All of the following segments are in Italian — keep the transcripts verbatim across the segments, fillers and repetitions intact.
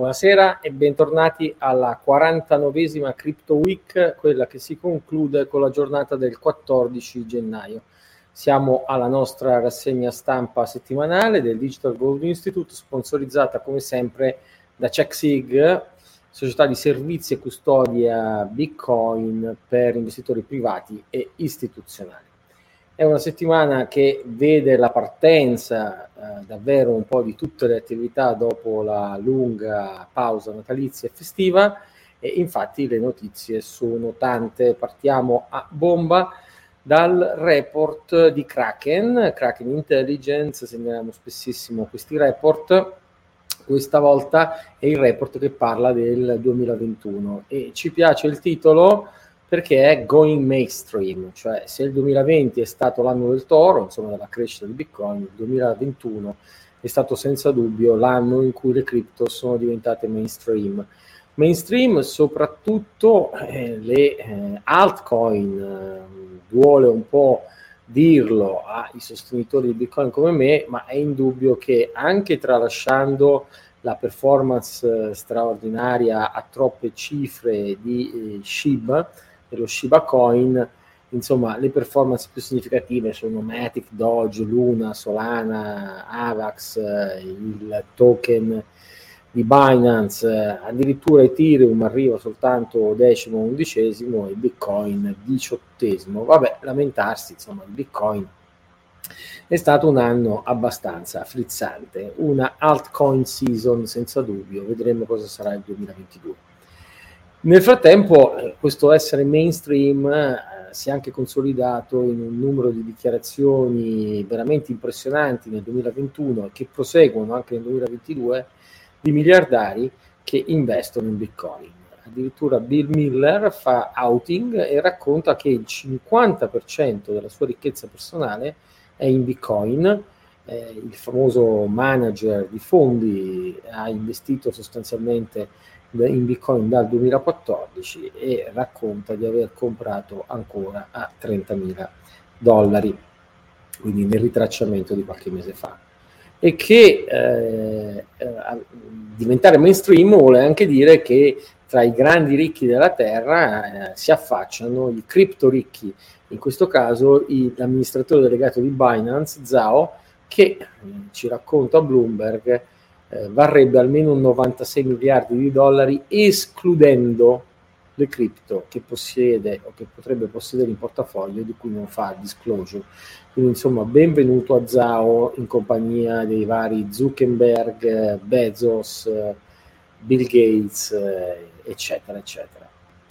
Buonasera e bentornati alla quarantanovesima Crypto Week, quella che si conclude con la giornata del quattordici gennaio. Siamo alla nostra rassegna stampa settimanale del Digital Gold Institute, sponsorizzata come sempre da CheckSig, società di servizi e custodia Bitcoin per investitori privati e istituzionali. È una settimana che vede la partenza eh, davvero un po' di tutte le attività dopo la lunga pausa natalizia e festiva, e infatti le notizie sono tante. Partiamo a bomba dal report di Kraken, Kraken Intelligence. Segnaliamo spessissimo questi report. Questa volta è il report che parla del duemilaventuno e ci piace il titolo perché è Going Mainstream, cioè se il duemilaventi è stato l'anno del toro, insomma della crescita di Bitcoin, il duemilaventuno è stato senza dubbio l'anno in cui le cripto sono diventate mainstream. Mainstream soprattutto eh, le eh, altcoin, eh, vuole un po' dirlo ai sostenitori di Bitcoin come me, ma è indubbio che anche tralasciando la performance eh, straordinaria a troppe cifre di eh, SHIB, dello Shiba Coin, insomma le performance più significative sono Matic, Doge, Luna, Solana, Avax, eh, il token di Binance, addirittura Ethereum arriva soltanto decimo, undicesimo e Bitcoin diciottesimo. Vabbè, lamentarsi, insomma, il Bitcoin è stato un anno abbastanza frizzante, una altcoin season senza dubbio, vedremo cosa sarà il duemilaventidue. Nel frattempo questo essere mainstream eh, si è anche consolidato in un numero di dichiarazioni veramente impressionanti nel duemilaventuno e che proseguono anche nel duemilaventidue di miliardari che investono in Bitcoin. Addirittura Bill Miller fa outing e racconta che il cinquanta per cento della sua ricchezza personale è in Bitcoin. Eh, il famoso manager di fondi ha investito sostanzialmente in Bitcoin dal duemilaquattordici e racconta di aver comprato ancora a trentamila dollari, quindi nel ritracciamento di qualche mese fa. E che eh, eh, diventare mainstream vuole anche dire che tra i grandi ricchi della terra eh, si affacciano i cripto ricchi, in questo caso il, l'amministratore delegato di Binance, Zhao, che eh, ci racconta Bloomberg eh, varrebbe almeno novantasei miliardi di dollari, escludendo le cripto che possiede o che potrebbe possedere in portafoglio, di cui non fa disclosure. Quindi insomma benvenuto a Zhao in compagnia dei vari Zuckerberg, Bezos, Bill Gates, eccetera eccetera.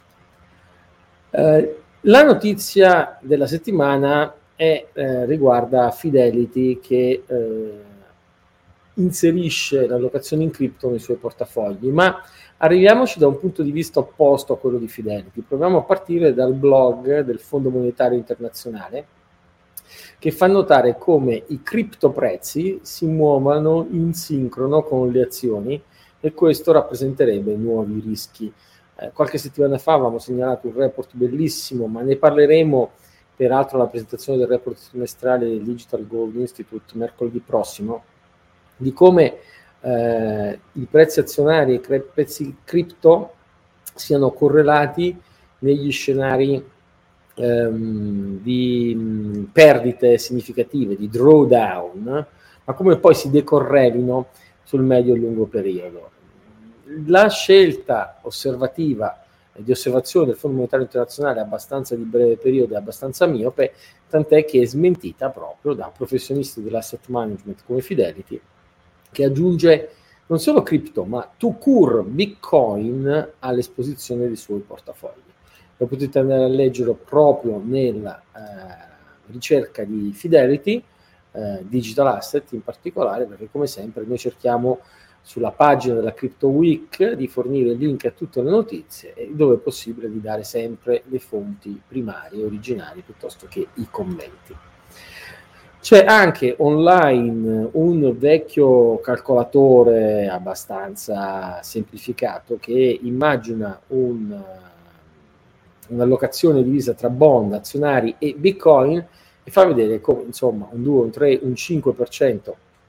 Eh, la notizia della settimana è, eh, riguarda Fidelity, che eh, inserisce l'allocazione in cripto nei suoi portafogli, ma arriviamoci da un punto di vista opposto a quello di Fidelity. Proviamo a partire dal blog del Fondo Monetario Internazionale, che fa notare come i criptoprezzi si muovano in sincrono con le azioni e questo rappresenterebbe nuovi rischi. Eh, qualche settimana fa avevamo segnalato un report bellissimo, ma ne parleremo peraltro alla presentazione del report trimestrale del Digital Gold Institute mercoledì prossimo, di come eh, i prezzi azionari e i prezzi cripto siano correlati negli scenari ehm, di mh, perdite significative, di drawdown, ma come poi si decorrelino sul medio e lungo periodo. La scelta osservativa di osservazione del Fondo Monetario Internazionale è abbastanza di breve periodo, è abbastanza miope, tant'è che è smentita proprio da professionisti dell'asset management come Fidelity, che aggiunge non solo cripto, ma tout court Bitcoin all'esposizione dei suoi portafogli. Lo potete andare a leggere proprio nella eh, ricerca di Fidelity, eh, Digital Asset in particolare, perché come sempre noi cerchiamo sulla pagina della Crypto Week di fornire link a tutte le notizie e dove è possibile di dare sempre le fonti primarie, originali, piuttosto che i commenti. C'è anche online un vecchio calcolatore abbastanza semplificato che immagina un, un'allocazione divisa tra bond, azionari e Bitcoin e fa vedere come insomma un due, un tre, un cinque per cento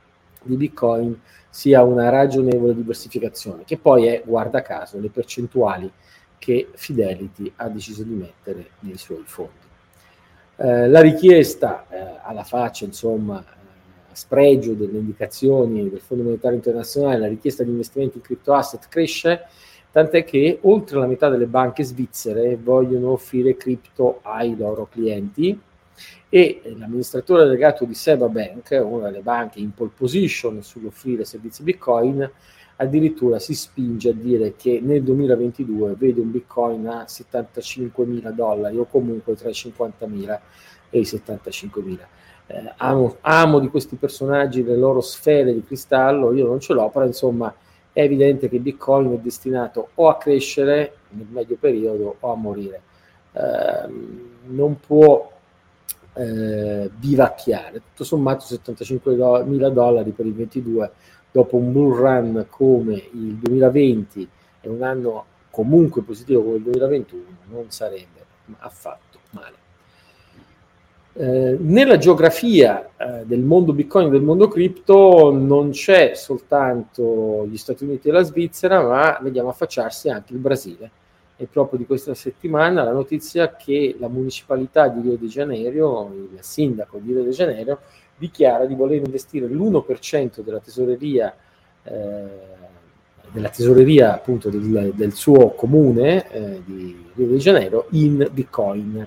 di Bitcoin sia una ragionevole diversificazione, che poi è, guarda caso, le percentuali che Fidelity ha deciso di mettere nei suoi fondi. Eh, la richiesta, eh, alla faccia, insomma, a spregio delle indicazioni del Fondo Monetario Internazionale, la richiesta di investimenti in criptoasset cresce, tant'è che oltre la metà delle banche svizzere vogliono offrire cripto ai loro clienti, e l'amministratore delegato di Seba Bank, una delle banche in pole position sull'offrire servizi Bitcoin, addirittura si spinge a dire che nel duemilaventidue vede un Bitcoin a settantacinquemila dollari, o comunque tra i cinquantamila e i settantacinquemila. Eh, amo, amo di questi personaggi le loro sfere di cristallo, io non ce l'ho, però insomma è evidente che Bitcoin è destinato o a crescere nel medio periodo o a morire. Eh, non può eh, vivacchiare. Tutto sommato settantacinquemila dollari per il ventidue, dopo un bull run come il duemilaventi e un anno comunque positivo come il duemilaventuno, non sarebbe affatto male. Eh, nella geografia eh, del mondo Bitcoin e del mondo cripto non c'è soltanto gli Stati Uniti e la Svizzera, ma vediamo affacciarsi anche il Brasile. È proprio di questa settimana la notizia che la municipalità di Rio de Janeiro, il sindaco di Rio de Janeiro, dichiara di voler investire l'uno per cento della tesoreria eh, della tesoreria appunto del, del suo comune eh, di Rio de Janeiro in Bitcoin.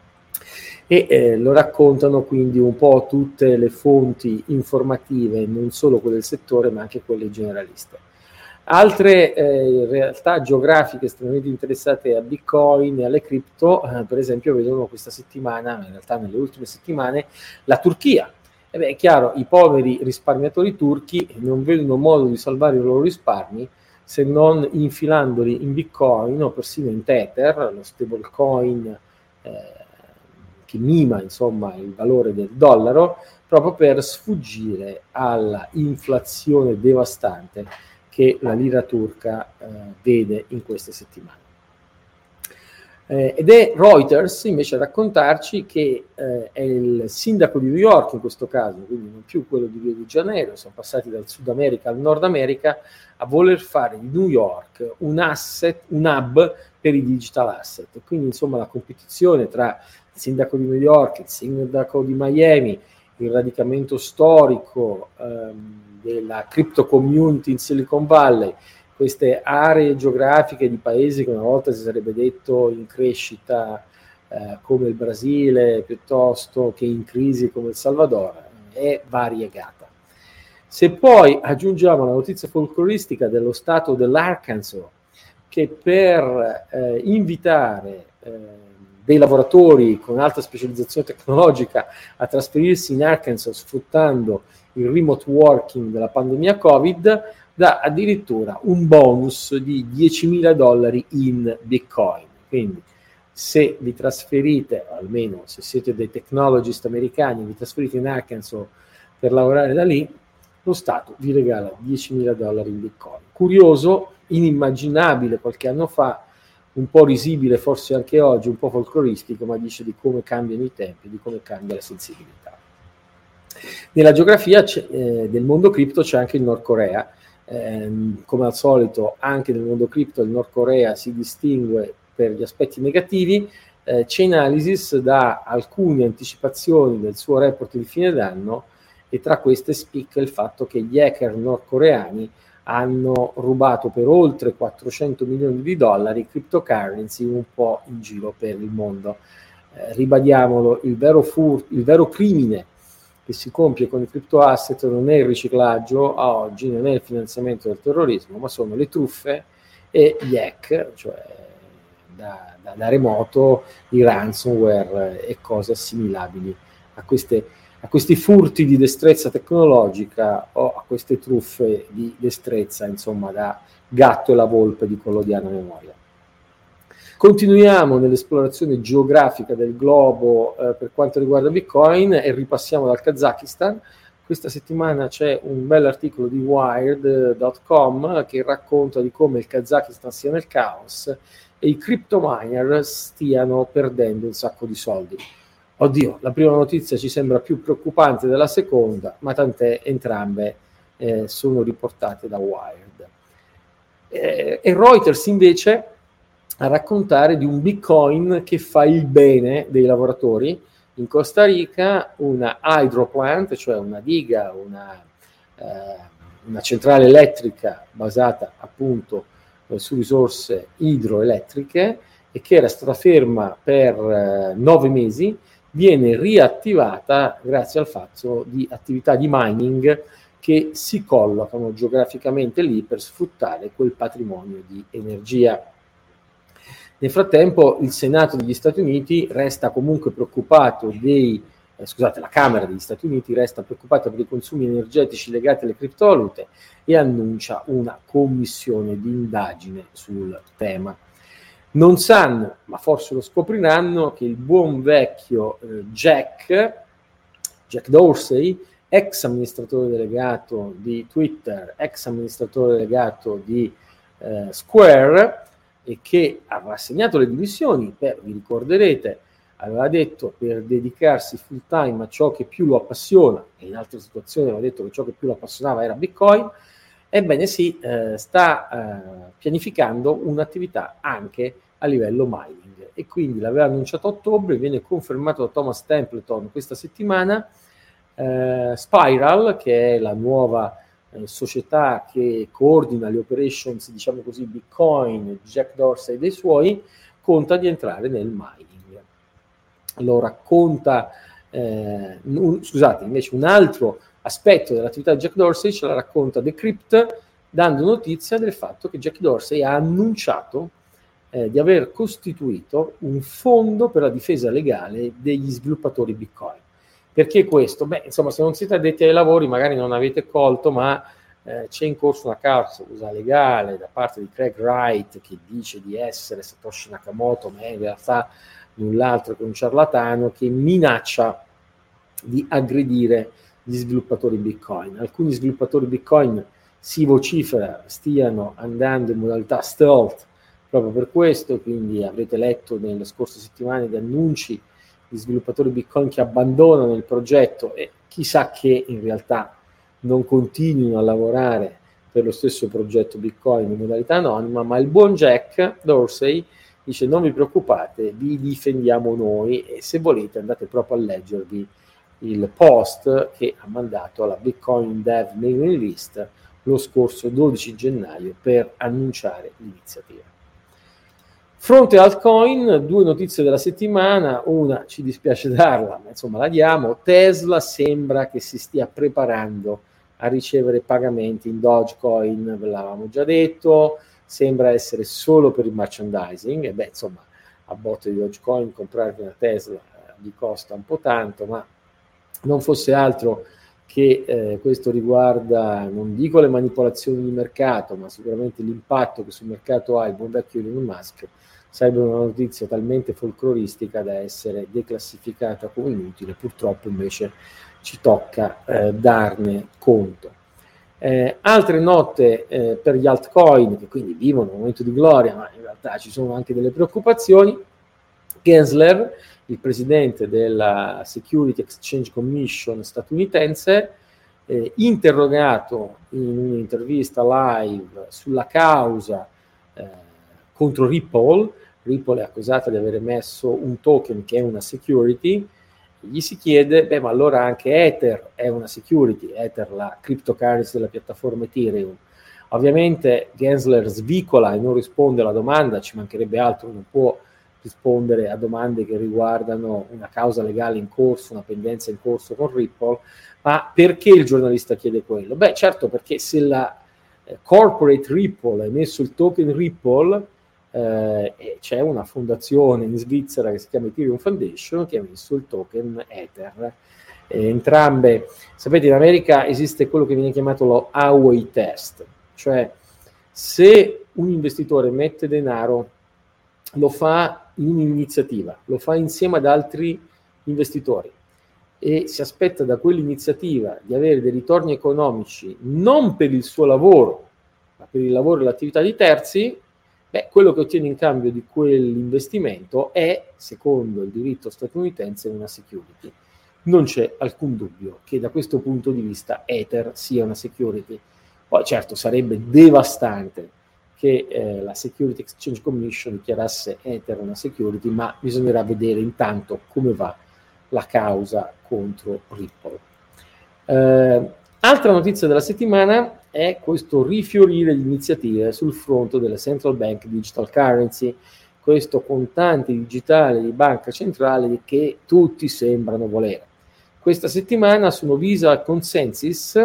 E eh, lo raccontano quindi un po' tutte le fonti informative, non solo quelle del settore ma anche quelle generaliste. Altre eh, realtà geografiche estremamente interessate a Bitcoin e alle cripto, eh, per esempio, vedono questa settimana, in realtà nelle ultime settimane, la Turchia. E beh, è chiaro, i poveri risparmiatori turchi non vedono modo di salvare i loro risparmi se non infilandoli in Bitcoin o persino in Tether, lo stablecoin eh, che mima insomma il valore del dollaro, proprio per sfuggire alla inflazione devastante che la lira turca eh, vede in queste settimane. Eh, ed è Reuters invece a raccontarci che eh, è il sindaco di New York in questo caso, quindi non più quello di Rio de Janeiro, siamo passati dal Sud America al Nord America, a voler fare di New York un asset, un hub per i digital asset. Quindi insomma la competizione tra il sindaco di New York, il sindaco di Miami, il radicamento storico ehm, della crypto community in Silicon Valley, queste aree geografiche di paesi che una volta si sarebbe detto in crescita eh, come il Brasile, piuttosto che in crisi come il Salvador, è variegata. Se poi aggiungiamo la notizia folcloristica dello stato dell'Arkansas, che per eh, invitare eh, dei lavoratori con alta specializzazione tecnologica a trasferirsi in Arkansas sfruttando il remote working della pandemia Covid, dà addirittura un bonus di diecimila dollari in Bitcoin. Quindi se vi trasferite, o almeno se siete dei technologist americani, vi trasferite in Arkansas per lavorare da lì, lo Stato vi regala diecimila dollari in Bitcoin. Curioso, inimmaginabile qualche anno fa, un po' risibile forse anche oggi, un po' folcloristico, ma dice di come cambiano i tempi, di come cambia la sensibilità. Nella geografia eh, del mondo cripto c'è anche il Nord Corea. Eh, come al solito anche nel mondo cripto il Nord Corea si distingue per gli aspetti negativi. eh, Chainalysis dà alcune anticipazioni del suo report di fine d'anno e tra queste spicca il fatto che gli hacker nordcoreani hanno rubato per oltre quattrocento milioni di dollari cryptocurrency un po' in giro per il mondo. Eh, ribadiamolo, il vero, fur- il vero crimine che si compie con i crypto asset non è il riciclaggio a oggi, non è il finanziamento del terrorismo, ma sono le truffe e gli hack, cioè da, da, da remoto, i ransomware e cose assimilabili a, queste, a questi furti di destrezza tecnologica o a queste truffe di destrezza, insomma, da Gatto e la volpe di collodiana memoria. Continuiamo nell'esplorazione geografica del globo eh, per quanto riguarda Bitcoin e ripassiamo dal Kazakistan. Questa settimana c'è un bell'articolo di wired punto com che racconta di come il Kazakistan sia nel caos e i crypto miner stiano perdendo un sacco di soldi. Oddio, la prima notizia ci sembra più preoccupante della seconda, ma tant'è, entrambe eh, sono riportate da Wired. Eh, e Reuters invece a raccontare di un Bitcoin che fa il bene dei lavoratori. In Costa Rica una hydroplant, cioè una diga, una, eh, una centrale elettrica basata appunto eh, su risorse idroelettriche e che era stata ferma per eh, nove mesi, viene riattivata grazie al fatto di attività di mining che si collocano geograficamente lì per sfruttare quel patrimonio di energia. Nel frattempo il Senato degli Stati Uniti resta comunque preoccupato dei, eh, scusate, la Camera degli Stati Uniti resta preoccupata per i consumi energetici legati alle criptovalute e annuncia una commissione di indagine sul tema. Non sanno, ma forse lo scopriranno, che il buon vecchio eh, Jack, Jack Dorsey, ex amministratore delegato di Twitter, ex amministratore delegato di eh, Square, e che ha rassegnato le dimissioni, per, vi ricorderete, aveva detto per dedicarsi full time a ciò che più lo appassiona, e in altre situazioni aveva detto che ciò che più lo appassionava era Bitcoin. Ebbene sì, eh, sta eh, pianificando un'attività anche a livello mining, e quindi l'aveva annunciato a ottobre, viene confermato da Thomas Templeton questa settimana. eh, Spiral, che è la nuova eh, società che coordina le operations, diciamo così, Bitcoin, Jack Dorsey e dei suoi, conta di entrare nel mining. Lo racconta, eh, un, scusate, invece un altro aspetto dell'attività di Jack Dorsey ce la racconta Decrypt, dando notizia del fatto che Jack Dorsey ha annunciato eh, di aver costituito un fondo per la difesa legale degli sviluppatori Bitcoin. Perché questo? Beh, insomma, se non siete addetti ai lavori magari non avete colto, ma eh, c'è in corso una causa legale da parte di Craig Wright, che dice di essere Satoshi Nakamoto, ma è in realtà null'altro che un ciarlatano, che minaccia di aggredire gli sviluppatori Bitcoin. Alcuni sviluppatori Bitcoin si vocifera stiano andando in modalità stealth proprio per questo, quindi avrete letto nelle scorse settimane di annunci di sviluppatori Bitcoin che abbandonano il progetto e chissà che in realtà non continuino a lavorare per lo stesso progetto Bitcoin in modalità anonima, ma il buon Jack Dorsey dice: non vi preoccupate, vi difendiamo noi, e se volete andate proprio a leggervi il post che ha mandato alla Bitcoin Dev mailing list lo scorso dodici gennaio per annunciare l'iniziativa. Fronte altcoin, due notizie della settimana, una ci dispiace darla, ma insomma la diamo. Tesla sembra che si stia preparando a ricevere pagamenti in Dogecoin, ve l'avevamo già detto, sembra essere solo per il merchandising, e beh insomma a botte di Dogecoin comprarvi una Tesla eh, vi costa un po' tanto, ma non fosse altro che eh, questo riguarda, non dico le manipolazioni di mercato, ma sicuramente l'impatto che sul mercato ha il buon vecchio Elon Musk, sarebbe una notizia talmente folcloristica da essere declassificata come inutile. Purtroppo invece ci tocca eh, darne conto. Eh, altre note eh, per gli altcoin, che quindi vivono un momento di gloria, ma in realtà ci sono anche delle preoccupazioni. Gensler, il presidente della Security Exchange Commission statunitense, eh, interrogato in un'intervista live sulla causa eh, contro Ripple. Ripple è accusata di aver emesso un token che è una security. Gli si chiede: beh, ma allora anche Ether è una security, Ether, la cryptocurrency della piattaforma Ethereum. Ovviamente Gensler svicola e non risponde alla domanda, ci mancherebbe altro, non può rispondere a domande che riguardano una causa legale in corso, una pendenza in corso con Ripple. Ma perché il giornalista chiede quello? Beh, certo, perché se la eh, corporate Ripple ha emesso il token Ripple, eh, e c'è una fondazione in Svizzera che si chiama Ethereum Foundation che ha emesso il token Ether. Eh, entrambe, sapete, in America esiste quello che viene chiamato lo Howey test, cioè se un investitore mette denaro, lo fa in un'iniziativa, lo fa insieme ad altri investitori e si aspetta da quell'iniziativa di avere dei ritorni economici non per il suo lavoro, ma per il lavoro e l'attività di terzi, beh, quello che ottiene in cambio di quell'investimento è, secondo il diritto statunitense, una security. non c'è alcun dubbio che da questo punto di vista Ether sia una security. Poi certo sarebbe devastante che eh, la Security Exchange Commission dichiarasse Ether una security, ma bisognerà vedere intanto come va la causa contro Ripple. Eh, altra notizia della settimana è questo rifiorire di iniziative sul fronte delle central bank digital currency, questo contante digitale di banca centrale che tutti sembrano volere. Questa settimana sono Visa e Consensus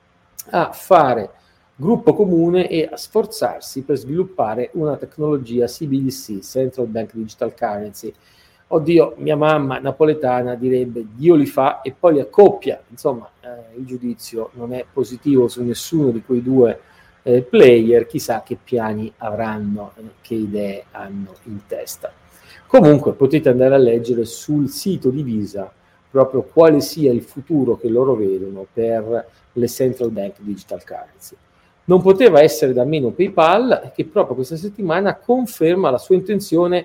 a fare gruppo comune e a sforzarsi per sviluppare una tecnologia C B D C, Central Bank Digital Currency. Oddio, mia mamma napoletana direbbe Dio li fa e poi li accoppia. Insomma, eh, il giudizio non è positivo su nessuno di quei due eh, player, chissà che piani avranno, eh, che idee hanno in testa. Comunque potete andare a leggere sul sito di Visa proprio quale sia il futuro che loro vedono per le Central Bank Digital Currency. Non poteva essere da meno PayPal, che proprio questa settimana conferma la sua intenzione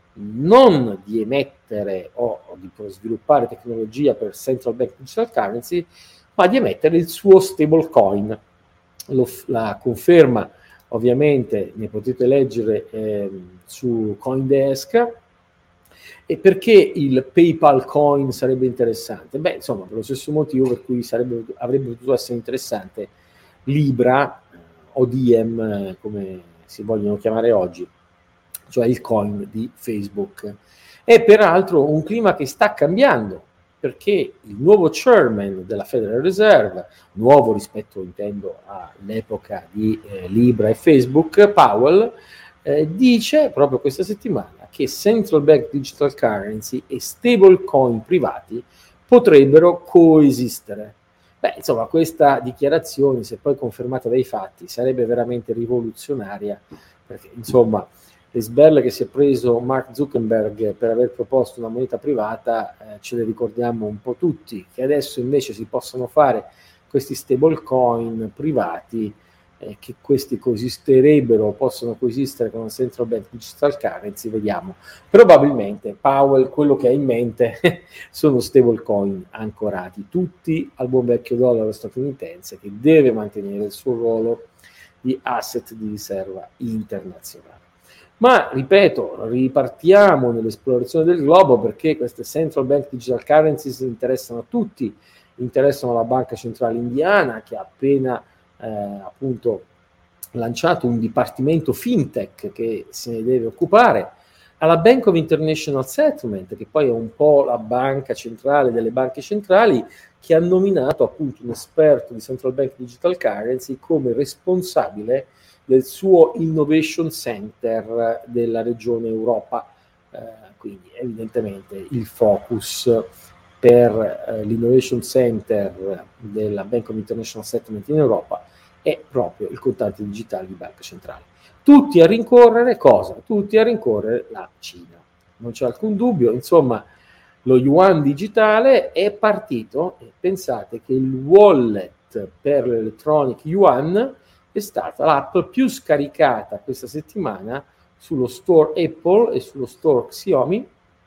non di emettere o di sviluppare tecnologia per Central Bank Digital Currency, ma di emettere il suo stablecoin. Lo, la conferma, ovviamente, ne potete leggere eh, su CoinDesk. E perché il PayPal Coin sarebbe interessante? Beh, insomma, per lo stesso motivo per cui sarebbe, avrebbe potuto essere interessante Libra o Diem, come si vogliono chiamare oggi, cioè il coin di Facebook. È peraltro un clima che sta cambiando, perché il nuovo chairman della Federal Reserve, nuovo rispetto, intendo, all'epoca di eh, Libra e Facebook, Powell, eh, dice proprio questa settimana che Central Bank Digital Currency e stablecoin privati potrebbero coesistere. Beh, insomma, questa dichiarazione, se poi confermata dai fatti, sarebbe veramente rivoluzionaria, perché, insomma, le sberle che si è preso Mark Zuckerberg per aver proposto una moneta privata, eh, ce le ricordiamo un po' tutti, che adesso invece si possono fare questi stablecoin privati, eh, che questi coesisterebbero, possono coesistere con la Central Bank Digital Currency, vediamo. Probabilmente Powell quello che ha in mente sono stablecoin ancorati tutti al buon vecchio dollaro statunitense, che deve mantenere il suo ruolo di asset di riserva internazionale. Ma, ripeto, ripartiamo nell'esplorazione del globo, perché queste Central Bank Digital Currencies interessano a tutti, interessano la Banca Centrale Indiana, che ha appena eh, appunto lanciato un dipartimento fintech che se ne deve occupare, alla Bank of International Settlement, che poi è un po' la banca centrale delle banche centrali, che ha nominato appunto un esperto di Central Bank Digital Currency come responsabile del suo Innovation Center della regione Europa. Eh, quindi evidentemente il focus per eh, l'Innovation Center della Bank of International Settlement in Europa è proprio il contante digitale di banca centrale. Tutti a rincorrere cosa? Tutti a rincorrere la Cina. Non c'è alcun dubbio, insomma, lo yuan digitale è partito, e pensate che il wallet per l'electronic yuan è stata l'app più scaricata questa settimana sullo store Apple e sullo store Xiaomi,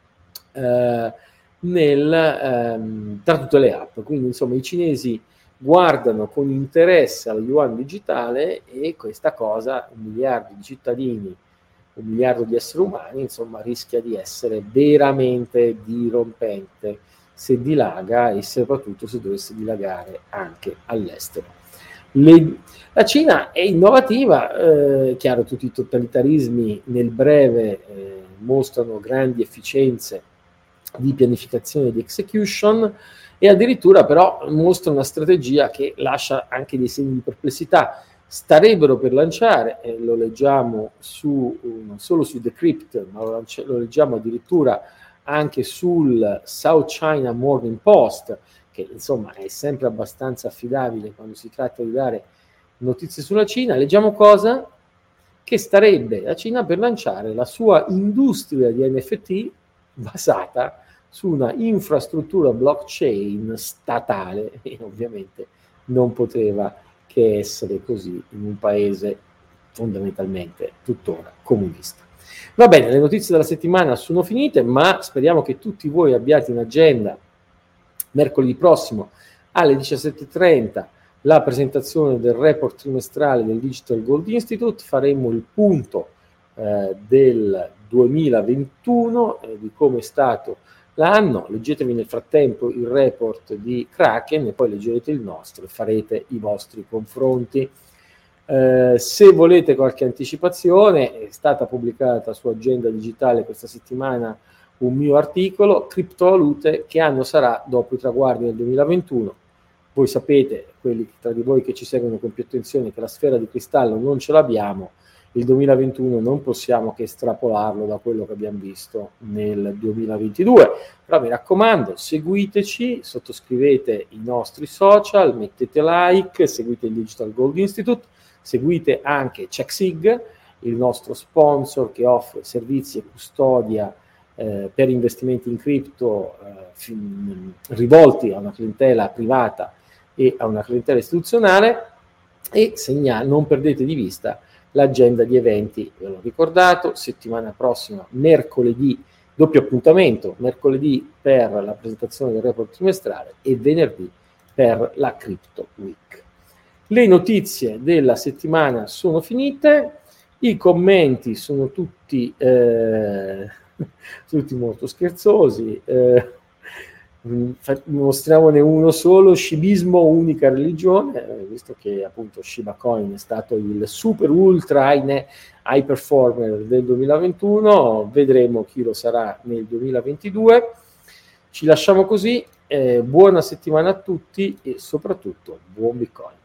eh, nel, ehm, tra tutte le app. Quindi, insomma, i cinesi guardano con interesse al yuan digitale, e questa cosa, un miliardo di cittadini, un miliardo di esseri umani, insomma, rischia di essere veramente dirompente se dilaga, e soprattutto se dovesse dilagare anche all'estero. Le, la Cina è innovativa, eh, chiaro, tutti i totalitarismi nel breve eh, mostrano grandi efficienze di pianificazione e di execution, e addirittura però mostra una strategia che lascia anche dei segni di perplessità. Starebbero per lanciare, e lo leggiamo su, non solo su Decrypt, ma lo, lance, lo leggiamo addirittura anche sul South China Morning Post, che insomma è sempre abbastanza affidabile quando si tratta di dare notizie sulla Cina. Leggiamo cosa? Che starebbe la Cina per lanciare la sua industria di N F T basata su una infrastruttura blockchain statale, e ovviamente non poteva che essere così in un paese fondamentalmente tuttora comunista. Va bene, le notizie della settimana sono finite, ma speriamo che tutti voi abbiate in agenda Mercoledì prossimo alle diciassette e trenta la presentazione del report trimestrale del Digital Gold Institute, faremo il punto eh, del duemilaventuno, eh, di come è stato l'anno. Leggetevi nel frattempo il report di Kraken e poi leggerete il nostro e farete i vostri confronti. Eh, se volete qualche anticipazione, è stata pubblicata su Agenda Digitale questa settimana un mio articolo, criptovalute, che anno sarà dopo i traguardi del duemilaventuno. Voi sapete, quelli tra di voi che ci seguono con più attenzione, che la sfera di cristallo non ce l'abbiamo. Il duemilaventuno non possiamo che estrapolarlo da quello che abbiamo visto nel duemilaventidue. Però mi raccomando, seguiteci, sottoscrivete i nostri social, mettete like, seguite il Digital Gold Institute, seguite anche CheckSig, il nostro sponsor che offre servizi e custodia eh, per investimenti in cripto eh, fin, rivolti a una clientela privata e a una clientela istituzionale, e segnale, non perdete di vista l'agenda di eventi, ve l'ho ricordato, settimana prossima, mercoledì, doppio appuntamento, mercoledì per la presentazione del report trimestrale e venerdì per la Crypto Week. Le notizie della settimana sono finite, i commenti sono tutti, eh, tutti molto scherzosi, eh, mostriamone uno solo: scibismo, unica religione, eh, visto che appunto Shiba Coin è stato il super ultra high performer del duemilaventuno, vedremo chi lo sarà nel duemilaventidue. Ci lasciamo così, eh, buona settimana a tutti e soprattutto buon Bitcoin.